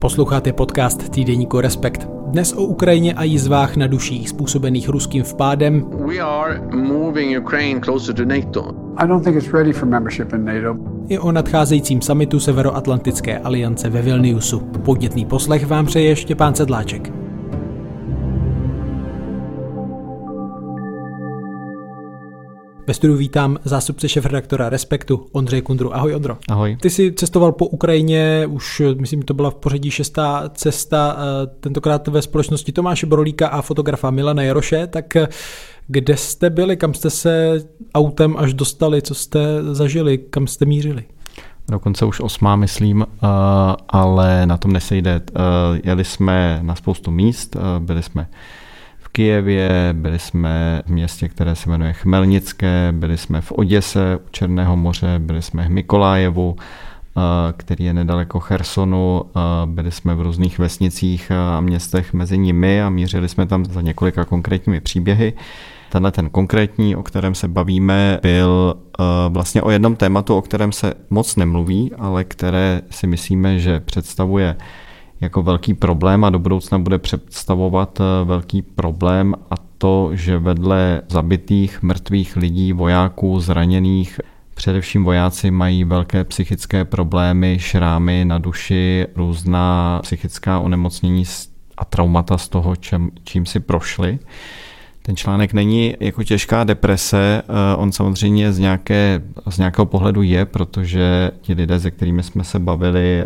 Posloucháte podcast týdeníku Respekt. Dnes o Ukrajině a jizvách na duších způsobených ruským vpádem. We are moving Ukraine closer to NATO. I don't think it's ready for membership in NATO. I o nadcházejícím summitu Severoatlantické aliance ve Vilniusu. Podnětný poslech vám přeje Štěpán Sedláček. Ve studiu vítám zástupce šéfredaktora Respektu Ondřeje Kundru. Ahoj, Ondro. Ahoj. Ty jsi cestoval po Ukrajině, už myslím, to byla v pořadí 6. cesta, tentokrát ve společnosti Tomáše Borolíka a fotografa Milana Jaroše. Tak kde jste byli, kam jste se autem až dostali, co jste zažili, kam jste mířili? Dokonce už 8, myslím, ale na tom nesejde. Jeli jsme na spoustu míst, byli jsme v Kyjevě, byli jsme v městě, které se jmenuje Chmelnické, byli jsme v Oděse u Černého moře, byli jsme v Mykolájevu, který je nedaleko Chersonu, byli jsme v různých vesnicích a městech mezi nimi a mířili jsme tam za několika konkrétními příběhy. Tenhle ten konkrétní, o kterém se bavíme, byl vlastně o jednom tématu, o kterém se moc nemluví, ale které si myslíme, že představuje jako velký problém a do budoucna bude představovat velký problém, a to, že vedle zabitých, mrtvých lidí, vojáků, zraněných, především vojáci mají velké psychické problémy, šrámy na duši, různá psychická onemocnění a traumata z toho, čím si prošli. Ten článek není jako těžká deprese, on samozřejmě z nějakého pohledu je, protože ti lidé, se kterými jsme se bavili,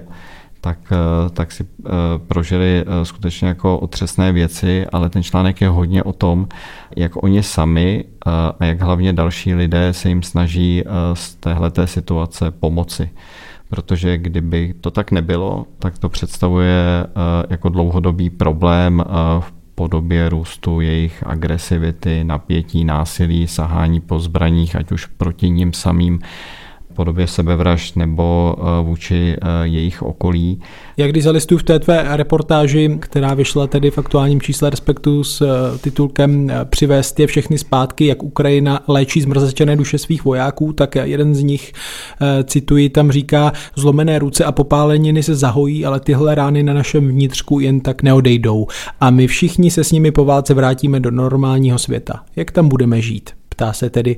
tak si prožili skutečně jako otřesné věci, ale ten článek je hodně o tom, jak oni sami a jak hlavně další lidé se jim snaží z téhleté situace pomoci. Protože kdyby to tak nebylo, tak to představuje jako dlouhodobý problém v podobě růstu jejich agresivity, napětí, násilí, sahání po zbraních, ať už proti nim samým, v podobě sebevražd nebo vůči jejich okolí. Jak když zalistuju v té tvé reportáži, která vyšla tedy v aktuálním čísle Respektu s titulkem Přivést je všechny zpátky, jak Ukrajina léčí zmrzačené duše svých vojáků, tak jeden z nich, cituji, tam říká: zlomené ruce a popáleniny se zahojí, ale tyhle rány na našem vnitřku jen tak neodejdou. A my všichni se s nimi po válce vrátíme do normálního světa. Jak tam budeme žít? Ptá se tedy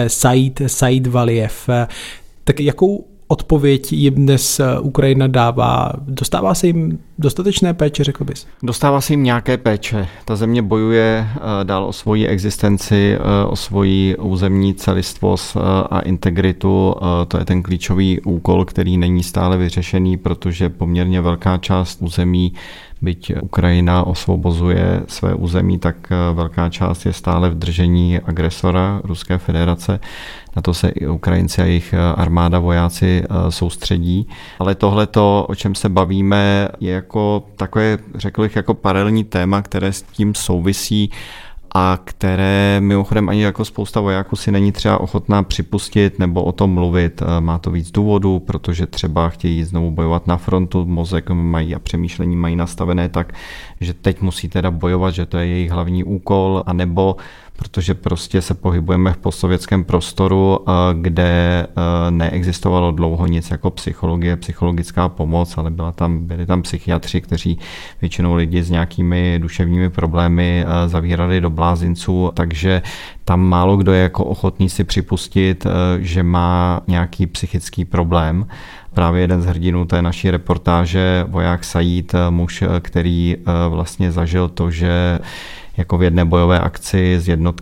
Said Valijev. Tak jakou odpověď jim dnes Ukrajina dává? Dostává se jim dostatečné péče, řekl bys? Dostává se jim nějaké péče. Ta země bojuje dál o svoji existenci, o svoji územní celistvost a integritu. To je ten klíčový úkol, který není stále vyřešený, protože poměrně velká část území, byť Ukrajina osvobozuje své území, tak velká část je stále v držení agresora Ruské federace. Na to se i Ukrajinci a jejich armáda, vojáci soustředí. Ale tohleto, o čem se bavíme, je jako takové, řekl bych, jako paralelní téma, které s tím souvisí a které mimochodem ani jako spousta vojáků si není třeba ochotná připustit nebo o tom mluvit. Má to víc důvodů, protože třeba chtějí znovu bojovat na frontu, mozek mají a přemýšlení mají nastavené tak, že teď musí teda bojovat, že to je jejich hlavní úkol, anebo protože prostě se pohybujeme v postsovětském prostoru, kde neexistovalo dlouho nic jako psychologie, psychologická pomoc, ale byli tam psychiatři, kteří většinou lidi s nějakými duševními problémy zavírali do blázinců, takže tam málo kdo je jako ochotný si připustit, že má nějaký psychický problém. Právě jeden z hrdinů té naší reportáže, voják Said, muž, který vlastně zažil to, že jako v jedné bojové akci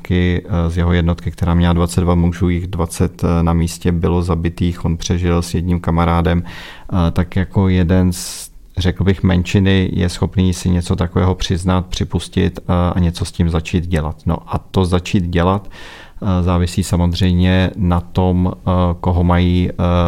z jeho jednotky, která měla 22 mužů, jich 20 na místě bylo zabitých, on přežil s jedním kamarádem, tak jako jeden z, řekl bych, menšiny je schopný si něco takového přiznat, připustit a něco s tím začít dělat. No a to začít dělat závisí samozřejmě na tom, koho mají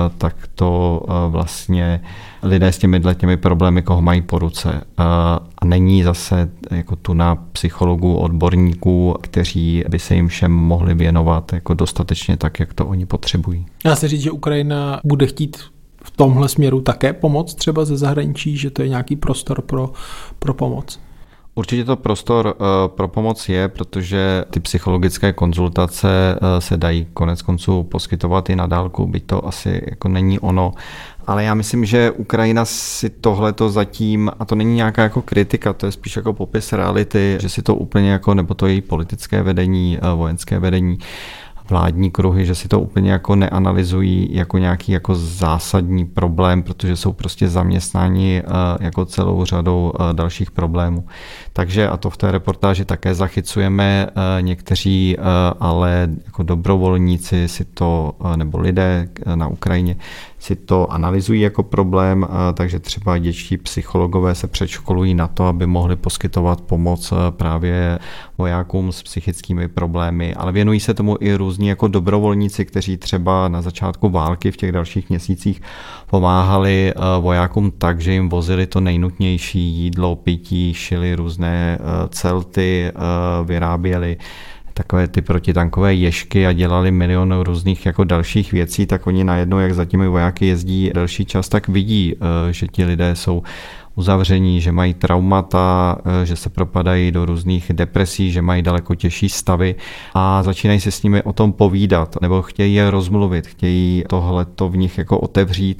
takto vlastně lidé s těmi problémy, koho mají po ruce. A není zase jako tu na psychologů, odborníků, kteří by se jim všem mohli věnovat jako dostatečně tak, jak to oni potřebují. Dá se říct, že Ukrajina bude chtít v tomhle směru také pomoc třeba ze zahraničí, že to je nějaký prostor pro pomoc? Určitě to prostor pro pomoc je, protože ty psychologické konzultace se dají konec konců poskytovat i na dálku, byť to asi jako není ono. Ale já myslím, že Ukrajina si tohleto zatím, a to není nějaká jako kritika, to je spíš jako popis reality, že si to úplně jako, nebo to její politické vedení, vojenské vedení, vládní kruhy, že si to úplně jako neanalyzují jako nějaký jako zásadní problém, protože jsou prostě zaměstnáni jako celou řadou dalších problémů. Takže a to v té reportáži také zachycujeme, někteří ale jako dobrovolníci si to, nebo lidé na Ukrajině si to analyzují jako problém, takže třeba dětští psychologové se předškolují na to, aby mohli poskytovat pomoc právě vojákům s psychickými problémy, ale věnují se tomu i různí jako dobrovolníci, kteří třeba na začátku války v těch dalších měsících pomáhali vojákům tak, že jim vozili to nejnutnější jídlo, pití, šili různé celty, vyráběli takové ty protitankové ježky a dělali milion různých jako dalších věcí, tak oni najednou, jak za těmi vojáky jezdí delší čas, tak vidí, že ti lidé jsou uzavření, že mají traumata, že se propadají do různých depresí, že mají daleko těžší stavy a začínají se s nimi o tom povídat, nebo chtějí je rozmluvit, chtějí tohleto v nich jako otevřít.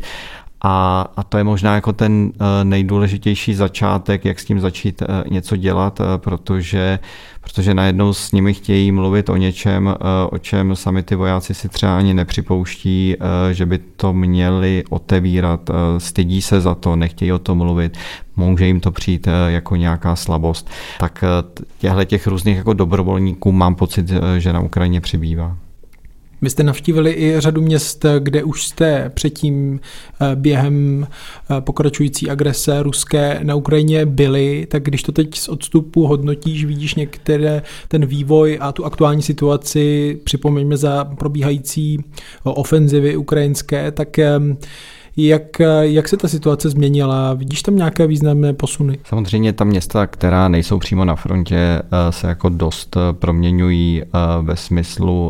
A to je možná jako ten nejdůležitější začátek, jak s tím začít něco dělat, protože najednou s nimi chtějí mluvit o něčem, o čem sami ty vojáci si třeba ani nepřipouští, že by to měli otevírat, stydí se za to, nechtějí o tom mluvit, může jim to přijít jako nějaká slabost. Tak těch různých jako dobrovolníků mám pocit, že na Ukrajině přibývá. Vy jste navštívili i řadu měst, kde už jste předtím během pokračující agrese ruské na Ukrajině byli, tak když to teď z odstupu hodnotíš, vidíš některé ten vývoj a tu aktuální situaci, připomeňme za probíhající ofenzivy ukrajinské, tak jak se ta situace změnila? Vidíš tam nějaké významné posuny? Samozřejmě ta města, která nejsou přímo na frontě, se jako dost proměňují ve smyslu,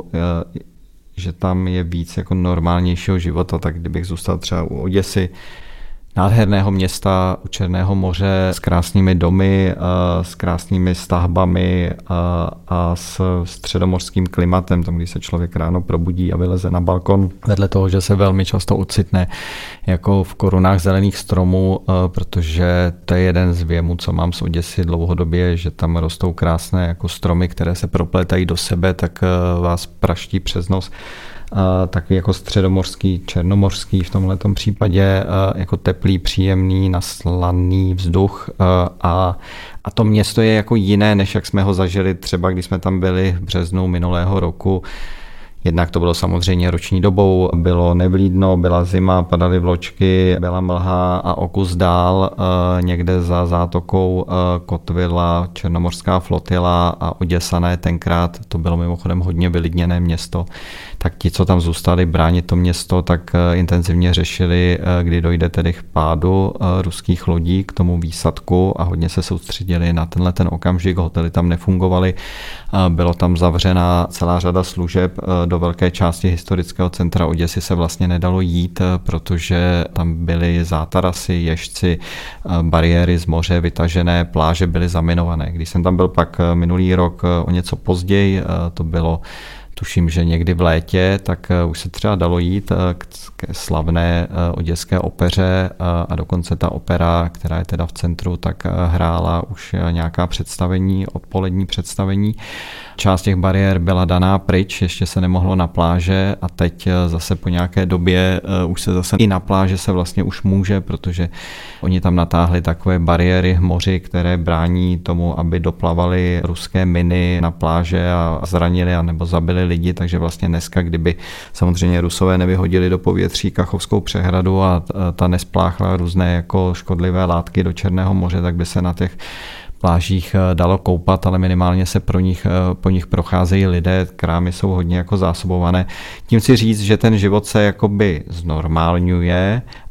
že tam je víc jako normálnějšího života, tak kdybych zůstal třeba u Oděsy, nádherného města u Černého moře s krásnými domy, s krásnými stavbami a s středomořským klimatem, tam, když se člověk ráno probudí a vyleze na balkon, vedle toho, že se velmi často ocitne jako v korunách zelených stromů, protože to je jeden z věmů, co mám z Oděsy dlouhodobě, že tam rostou krásné jako stromy, které se proplétají do sebe, tak vás praští přes nos. Takový jako středomořský, černomořský v tomhletom případě jako teplý, příjemný, naslaný vzduch a to město je jako jiné, než jak jsme ho zažili třeba, když jsme tam byli v březnu minulého roku. Jednak to bylo samozřejmě roční dobou, bylo nevlídno, byla zima, padaly vločky, byla mlha a o kus dál někde za zátokou kotvila černomořská flotila a Oděsané tenkrát, to bylo mimochodem hodně vylidněné město, tak ti, co tam zůstali bránit to město, tak intenzivně řešili, kdy dojde tedy k pádu ruských lodí, k tomu výsadku a hodně se soustředili na tenhle ten okamžik, hotely tam nefungovaly, bylo tam zavřena celá řada služeb, do velké části historického centra Oděsy se vlastně nedalo jít, protože tam byly zátarasy, ježci, bariéry z moře vytažené, pláže byly zaminované. Když jsem tam byl pak minulý rok o něco později, to bylo tuším, že někdy v létě, tak už se třeba dalo jít k slavné oděské opeře a dokonce ta opera, která je teda v centru, tak hrála už nějaká představení, odpolední představení. Část těch bariér byla daná pryč, ještě se nemohlo na pláže a teď zase po nějaké době už se zase i na pláže se vlastně už může, protože oni tam natáhli takové bariéry v moři, které brání tomu, aby doplavaly ruské miny na pláže a zranili a nebo zabili lidi, takže vlastně dneska, kdyby samozřejmě Rusové nevyhodili do povětří Kachovskou přehradu a ta nespláchla různé jako škodlivé látky do Černého moře, tak by se na těch plážích dalo koupat, ale minimálně se po nich procházejí lidé, krámy jsou hodně jako zásobované. Tím chci říct, že ten život se jakoby znormálňuje,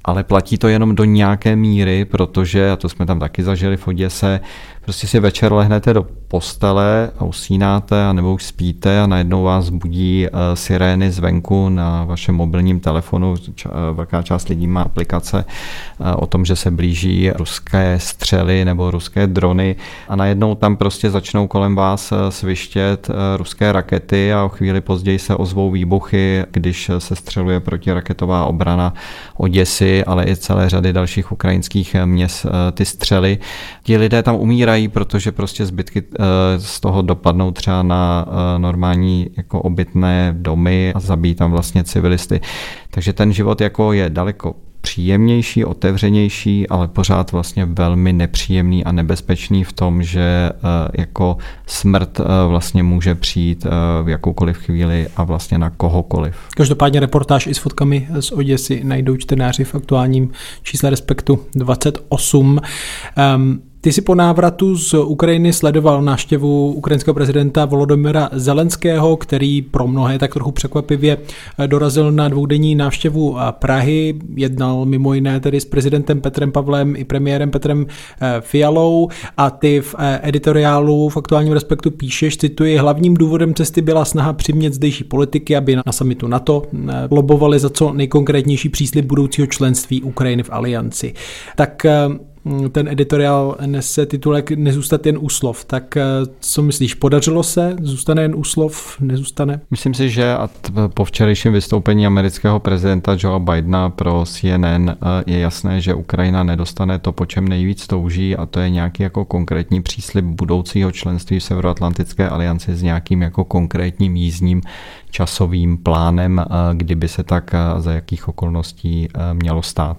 ale platí to jenom do nějaké míry, protože, a to jsme tam taky zažili v Oděse, prostě si večer lehnete do postele a usínáte, a nebo už spíte a najednou vás budí sirény zvenku na vašem mobilním telefonu. Velká část lidí má aplikace o tom, že se blíží ruské střely nebo ruské drony a najednou tam prostě začnou kolem vás svištět ruské rakety a o chvíli později se ozvou výbuchy, když se střeluje protiraketová obrana Oděsy, ale i celé řady dalších ukrajinských měst ty střely. Ti lidé tam umírají, protože prostě zbytky z toho dopadnou třeba na normální jako obytné domy a zabíjí tam vlastně civilisty. Takže ten život jako je daleko příjemnější, otevřenější, ale pořád vlastně velmi nepříjemný a nebezpečný v tom, že jako smrt vlastně může přijít v jakoukoliv chvíli a vlastně na kohokoliv. Každopádně reportáž i s fotkami z Oděsy najdou čtenáři v aktuálním čísle Respektu 28. Ty jsi po návratu z Ukrajiny sledoval návštěvu ukrajinského prezidenta Volodymyra Zelenského, který pro mnohé tak trochu překvapivě dorazil na dvoudenní návštěvu Prahy. Jednal mimo jiné tedy s prezidentem Petrem Pavlem i premiérem Petrem Fialou a ty v editoriálu v aktuálním Respektu píšeš, cituji, hlavním důvodem cesty byla snaha přimět zdejší politiky, aby na summitu NATO lobovali za co nejkonkrétnější příslib budoucího členství Ukrajiny v alianci. Tak ten editoriál nese titulek Nezůstat jen u slov. Tak co myslíš, podařilo se? Zůstane jen u slov? Nezůstane? Myslím si, že po včerejším vystoupení amerického prezidenta Joea Bidena pro CNN je jasné, že Ukrajina nedostane to, po čem nejvíc touží, a to je nějaký jako konkrétní příslib budoucího členství v Severoatlantické alianci s nějakým jako konkrétním jízdním časovým plánem, kdyby se tak za jakých okolností mělo stát.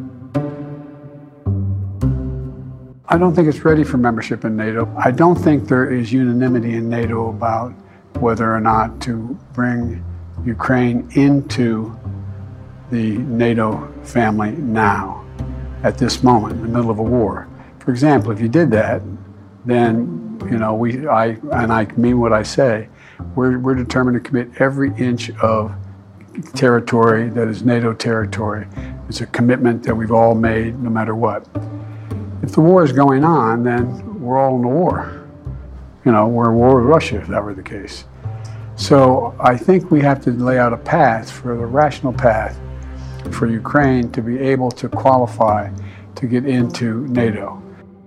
I don't think it's ready for membership in NATO. I don't think there is unanimity in NATO about whether or not to bring Ukraine into the NATO family now, at this moment, in the middle of a war. For example, if you did that, then, you know, I mean what I say, we're determined to commit every inch of territory that is NATO territory. It's a commitment that we've all made no matter what. If the war is going on, then we're all in a war. You know, we're at war with Russia, if that were the case. So I think we have to lay out a path, for the rational path, for Ukraine to be able to qualify to get into NATO.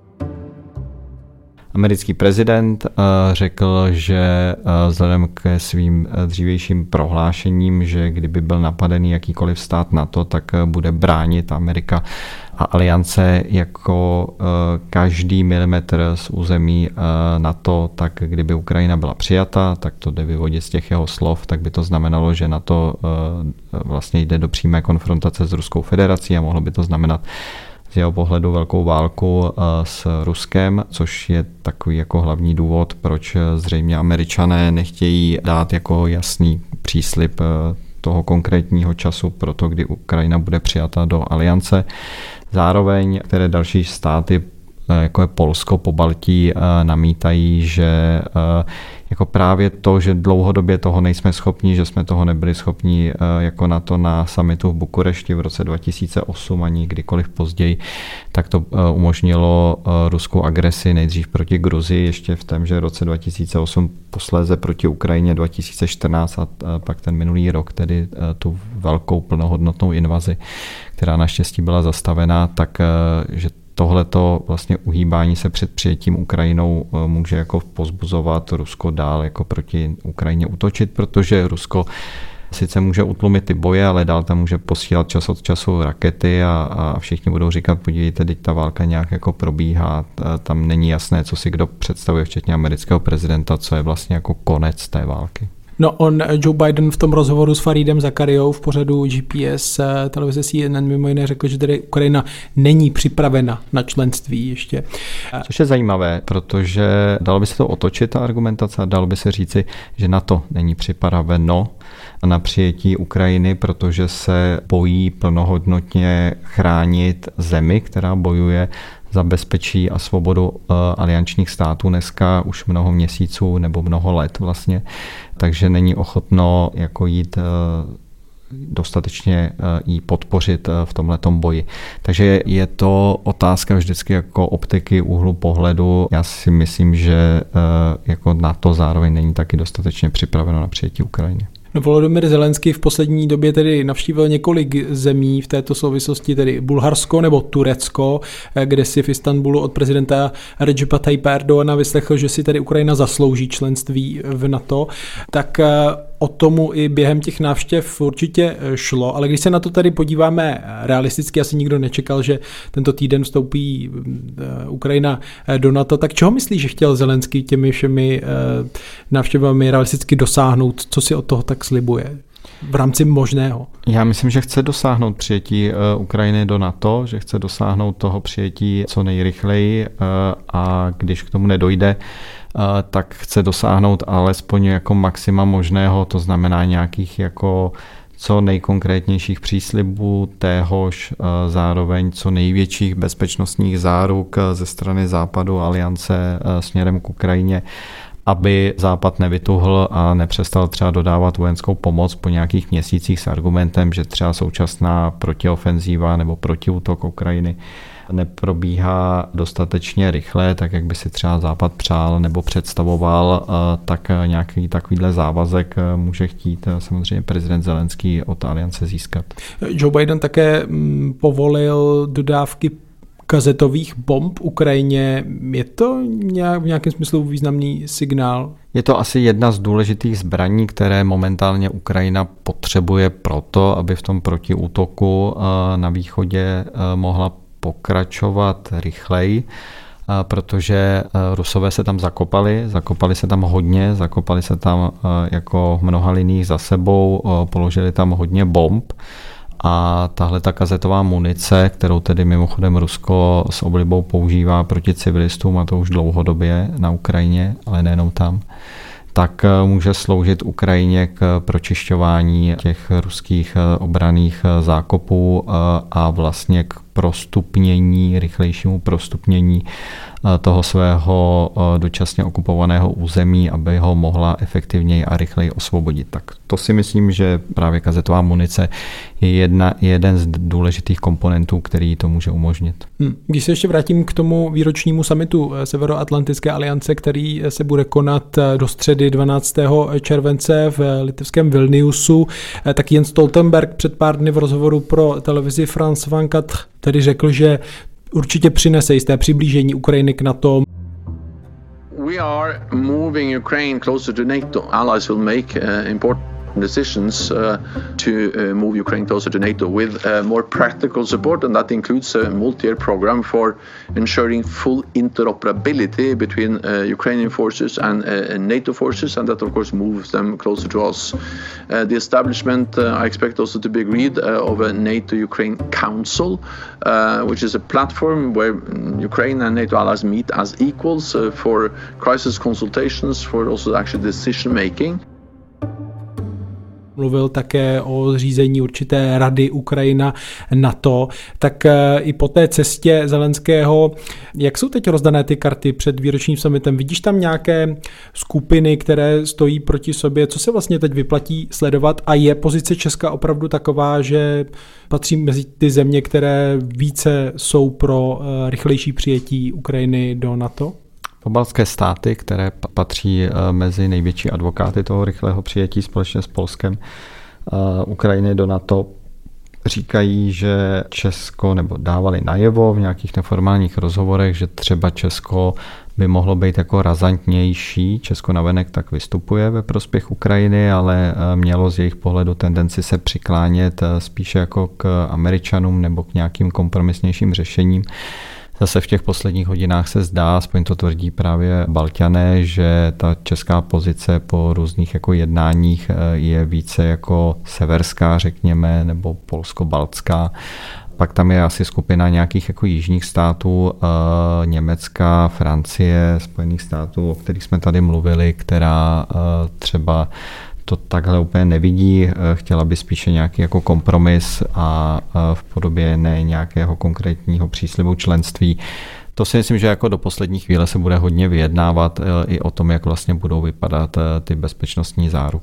Americký prezident řekl, že vzhledem ke svým dřívějším prohlášením, že kdyby byl napadený jakýkoliv stát NATO, tak bude bránit Amerika a aliance jako každý milimetr z území NATO, tak kdyby Ukrajina byla přijata, tak to jde vyvodit z těch jeho slov, tak by to znamenalo, že NATO vlastně jde do přímé konfrontace s Ruskou federací a mohlo by to znamenat z jeho pohledu velkou válku s Ruskem, což je takový jako hlavní důvod, proč zřejmě Američané nechtějí dát jako jasný příslib toho konkrétního času pro to, kdy Ukrajina bude přijata do aliance. Zároveň, které další státy, jako je Polsko, Pobaltí, namítají, že jako právě to, že dlouhodobě toho nejsme schopni, že jsme toho nebyli schopni jako na to na summitu v Bukurešti v roce 2008 ani kdykoliv později, tak to umožnilo ruskou agresi nejdřív proti Gruzii ještě v témže roce 2008, posléze proti Ukrajině 2014 a pak ten minulý rok, tedy tu velkou plnohodnotnou invazi, která naštěstí byla zastavená, tak že tohleto vlastně uhýbání se před přijetím Ukrajinou může jako pozbuzovat Rusko dál jako proti Ukrajině útočit, protože Rusko sice může utlumit ty boje, ale dál tam může posílat čas od času rakety a všichni budou říkat, podívejte, teď ta válka nějak jako probíhá, tam není jasné, co si kdo představuje, včetně amerického prezidenta, co je vlastně jako konec té války. No Joe Biden v tom rozhovoru s Faridem Zakariou v pořadu GPS televize CNN mimo jiné řekl, že tedy Ukrajina není připravena na členství ještě. Což je zajímavé, protože dalo by se to otočit, ta argumentace, a dalo by se říci, že NATO není připraveno na přijetí Ukrajiny, protože se bojí plnohodnotně chránit zemi, která bojuje za bezpečí a svobodu aliančních států dneska už mnoho měsíců nebo mnoho let vlastně, takže není ochotno jako jít dostatečně ji podpořit v tomhletom boji. Takže je to otázka vždycky jako optiky, úhlu pohledu. Já si myslím, že jako NATO zároveň není taky dostatečně připraveno na přijetí Ukrajiny. No, Volodymyr Zelenský v poslední době tedy navštívil několik zemí v této souvislosti, tedy Bulharsko nebo Turecko, kde si v Istanbulu od prezidenta Recepa Tayyipa Erdogana vyslechl, že si tedy Ukrajina zaslouží členství v NATO. Tak o tomu i během těch návštěv určitě šlo, ale když se na to tady podíváme realisticky, asi nikdo nečekal, že tento týden vstoupí Ukrajina do NATO, tak čeho myslí, že chtěl Zelenský těmi všemi návštěvami realisticky dosáhnout? Co si od toho tak slibuje v rámci možného? Já myslím, že chce dosáhnout přijetí Ukrajiny do NATO, že chce dosáhnout toho přijetí co nejrychleji a když k tomu nedojde, tak chce dosáhnout alespoň jako maxima možného, to znamená nějakých jako co nejkonkrétnějších příslibů, téhož zároveň co největších bezpečnostních záruk ze strany Západu aliance směrem k Ukrajině, aby Západ nevytuhl a nepřestal třeba dodávat vojenskou pomoc po nějakých měsících s argumentem, že třeba současná protiofenzíva nebo protiútok Ukrajiny neprobíhá dostatečně rychle, tak jak by si třeba Západ přál nebo představoval, tak nějaký takovýhle závazek může chtít samozřejmě prezident Zelenský od aliance získat. Joe Biden také povolil dodávky kazetových bomb Ukrajině. Je to v nějakém smyslu významný signál? Je to asi jedna z důležitých zbraní, které momentálně Ukrajina potřebuje proto, aby v tom protiútoku na východě mohla pokračovat rychleji, protože Rusové se tam zakopali se tam hodně, zakopali se tam jako mnoha liniích za sebou, položili tam hodně bomb a tahle ta kazetová munice, kterou tedy mimochodem Rusko s oblibou používá proti civilistům, a to už dlouhodobě na Ukrajině, ale nejenom tam, tak může sloužit Ukrajině k pročišťování těch ruských obranných zákopů a vlastně k rychlejšímu prostupnění toho svého dočasně okupovaného území, aby ho mohla efektivněji a rychleji osvobodit. Tak to si myslím, že právě kazetová munice je jeden z důležitých komponentů, který to může umožnit. Když se ještě vrátím k tomu výročnímu summitu Severoatlantické aliance, který se bude konat do středy 12. července v litevském Vilniusu, tak Jens Stoltenberg před pár dny v rozhovoru pro televizi France 24 tedy řekl, že určitě přinese jisté přiblížení Ukrajiny k NATO. We are moving Ukraine closer to NATO. Allies will make important decisions to move Ukraine closer to NATO with more practical support, and that includes a multi-year program for ensuring full interoperability between Ukrainian forces and NATO forces, and that of course moves them closer to us. The establishment, I expect also to be agreed, of a NATO-Ukraine Council, which is a platform where Ukraine and NATO allies meet as equals for crisis consultations, for also actually decision making. Mluvil také o zřízení určité rady Ukrajina-NATO, tak i po té cestě Zelenského, jak jsou teď rozdané ty karty před výročním summitem? Vidíš tam nějaké skupiny, které stojí proti sobě? Co se vlastně teď vyplatí sledovat a je pozice Česka opravdu taková, že patří mezi ty země, které více jsou pro rychlejší přijetí Ukrajiny do NATO? Pobaltské státy, které patří mezi největší advokáty toho rychlého přijetí společně s Polskem Ukrajiny do NATO, říkají, že Česko, nebo dávali najevo v nějakých neformálních rozhovorech, že třeba Česko by mohlo být jako razantnější. Česko navenek tak vystupuje ve prospěch Ukrajiny, ale mělo z jejich pohledu tendenci se přiklánět spíše jako k Američanům nebo k nějakým kompromisnějším řešením. Zase v těch posledních hodinách se zdá, aspoň to tvrdí právě Balťané, že ta česká pozice po různých jako jednáních je více jako severská, řekněme, nebo polsko-baltská. Pak tam je asi skupina nějakých jako jižních států, Německa, Francie, Spojených států, o kterých jsme tady mluvili, která třeba to takhle úplně nevidí, chtěla by spíše nějaký jako kompromis a v podobě ne nějakého konkrétního příslibu členství. To si myslím, že jako do poslední chvíle se bude hodně vyjednávat i o tom, jak vlastně budou vypadat ty bezpečnostní záruky.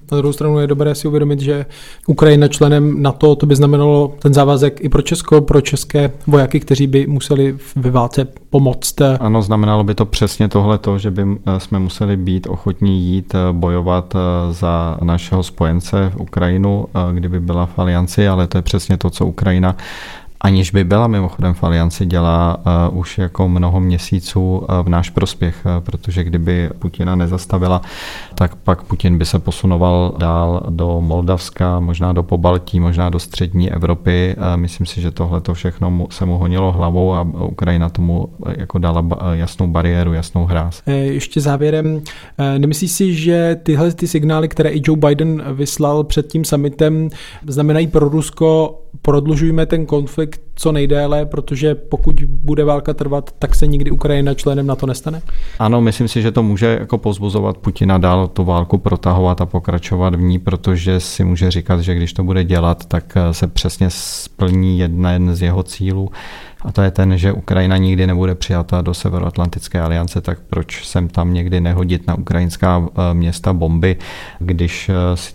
Na druhou stranu je dobré si uvědomit, že Ukrajina členem NATO, to by znamenalo ten závazek i pro Česko, pro české vojáky, kteří by museli ve válce pomoct. Ano, znamenalo by to přesně tohleto, že by jsme museli být ochotní jít bojovat za našeho spojence v Ukrajinu, kdyby byla v alianci, ale to je přesně to, co Ukrajina, aniž by byla mimochodem v alianci, dělá už jako mnoho měsíců v náš prospěch, protože kdyby Putina nezastavila, tak pak Putin by se posunoval dál do Moldavska, možná do Pobaltí, možná do střední Evropy. Myslím si, že tohle to všechno se mu honilo hlavou a Ukrajina tomu jako dala jasnou bariéru, jasnou hráz. Ještě závěrem, nemyslíš si, že tyhle ty signály, které i Joe Biden vyslal před tím summitem, znamenají pro Rusko, prodlužujme ten konflikt co nejdéle, protože pokud bude válka trvat, tak se nikdy Ukrajina členem NATO nestane? Ano, myslím si, že to může jako povzbuzovat Putina dál tu válku protahovat a pokračovat v ní, protože si může říkat, že když to bude dělat, tak se přesně splní jeden z jeho cílů. A to je ten, že Ukrajina nikdy nebude přijata do Severoatlantické aliance, tak proč sem tam někdy nehodit na ukrajinská města bomby, když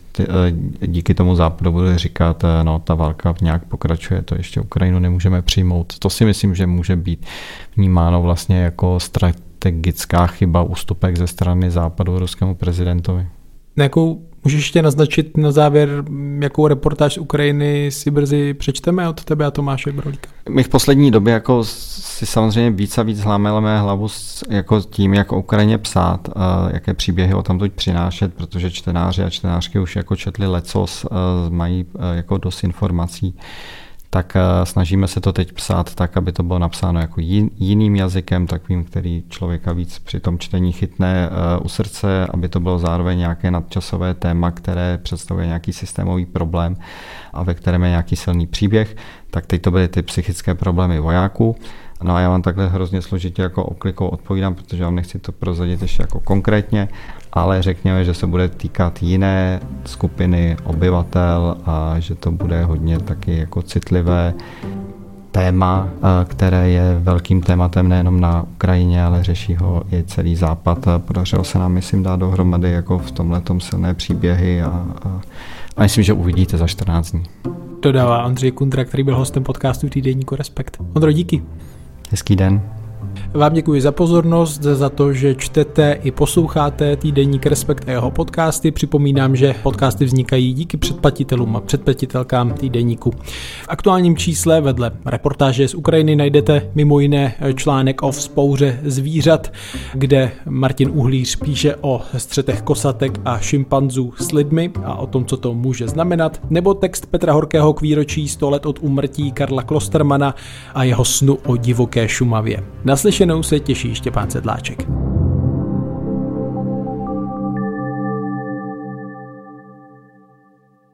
díky tomu západu bude říkat, no ta válka nějak pokračuje, to ještě Ukrajinu nemůžeme přijmout. To si myslím, že může být vnímáno vlastně jako strategická chyba, ústupek ze strany západu ruskému prezidentovi. Můžeš ještě naznačit na závěr, jakou reportáž z Ukrajiny si brzy přečteme od tebe a Tomáše Brolíka? My v poslední době jako si samozřejmě víc a víc hlámeme hlavu jako tím, jak o Ukrajině psát, jaké příběhy o tamtud přinášet, protože čtenáři a čtenářky už jako četli lecos, mají jako dost informací. Tak snažíme se to teď psát tak, aby to bylo napsáno jako jiným jazykem, takovým, který člověka víc při tom čtení chytne u srdce, aby to bylo zároveň nějaké nadčasové téma, které představuje nějaký systémový problém a ve kterém je nějaký silný příběh. Tak teď to byly ty psychické problémy vojáků. No a já vám takhle hrozně složitě jako oklikou odpovídám, protože vám nechci to prozradit ještě jako konkrétně, ale řekněme, že se bude týkat jiné skupiny obyvatel a že to bude hodně taky jako citlivé téma, které je velkým tématem nejenom na Ukrajině, ale řeší ho i celý Západ. Podařilo se nám, myslím, dát dohromady jako v tomhletom silné příběhy a myslím, že uvidíte za 14 dní. Dodává Ondřej Kundra, který byl hostem podcastu týdeníku Respekt. Ondro, díky. Hezký den. Vám děkuji za pozornost, za to, že čtete i posloucháte týdeník Respekt a jeho podcasty. Připomínám, že podcasty vznikají díky předplatitelům a předplatitelkám týdeníku. V aktuálním čísle vedle reportáže z Ukrajiny najdete mimo jiné článek o vzpouře zvířat, kde Martin Uhlíř píše o střetech kosatek a šimpanzů s lidmi a o tom, co to může znamenat, nebo text Petra Horkého k výročí 100 let od úmrtí Karla Klostermana a jeho snu o divoké Šumavě. Naslyšenou se těší Štěpán Sedláček.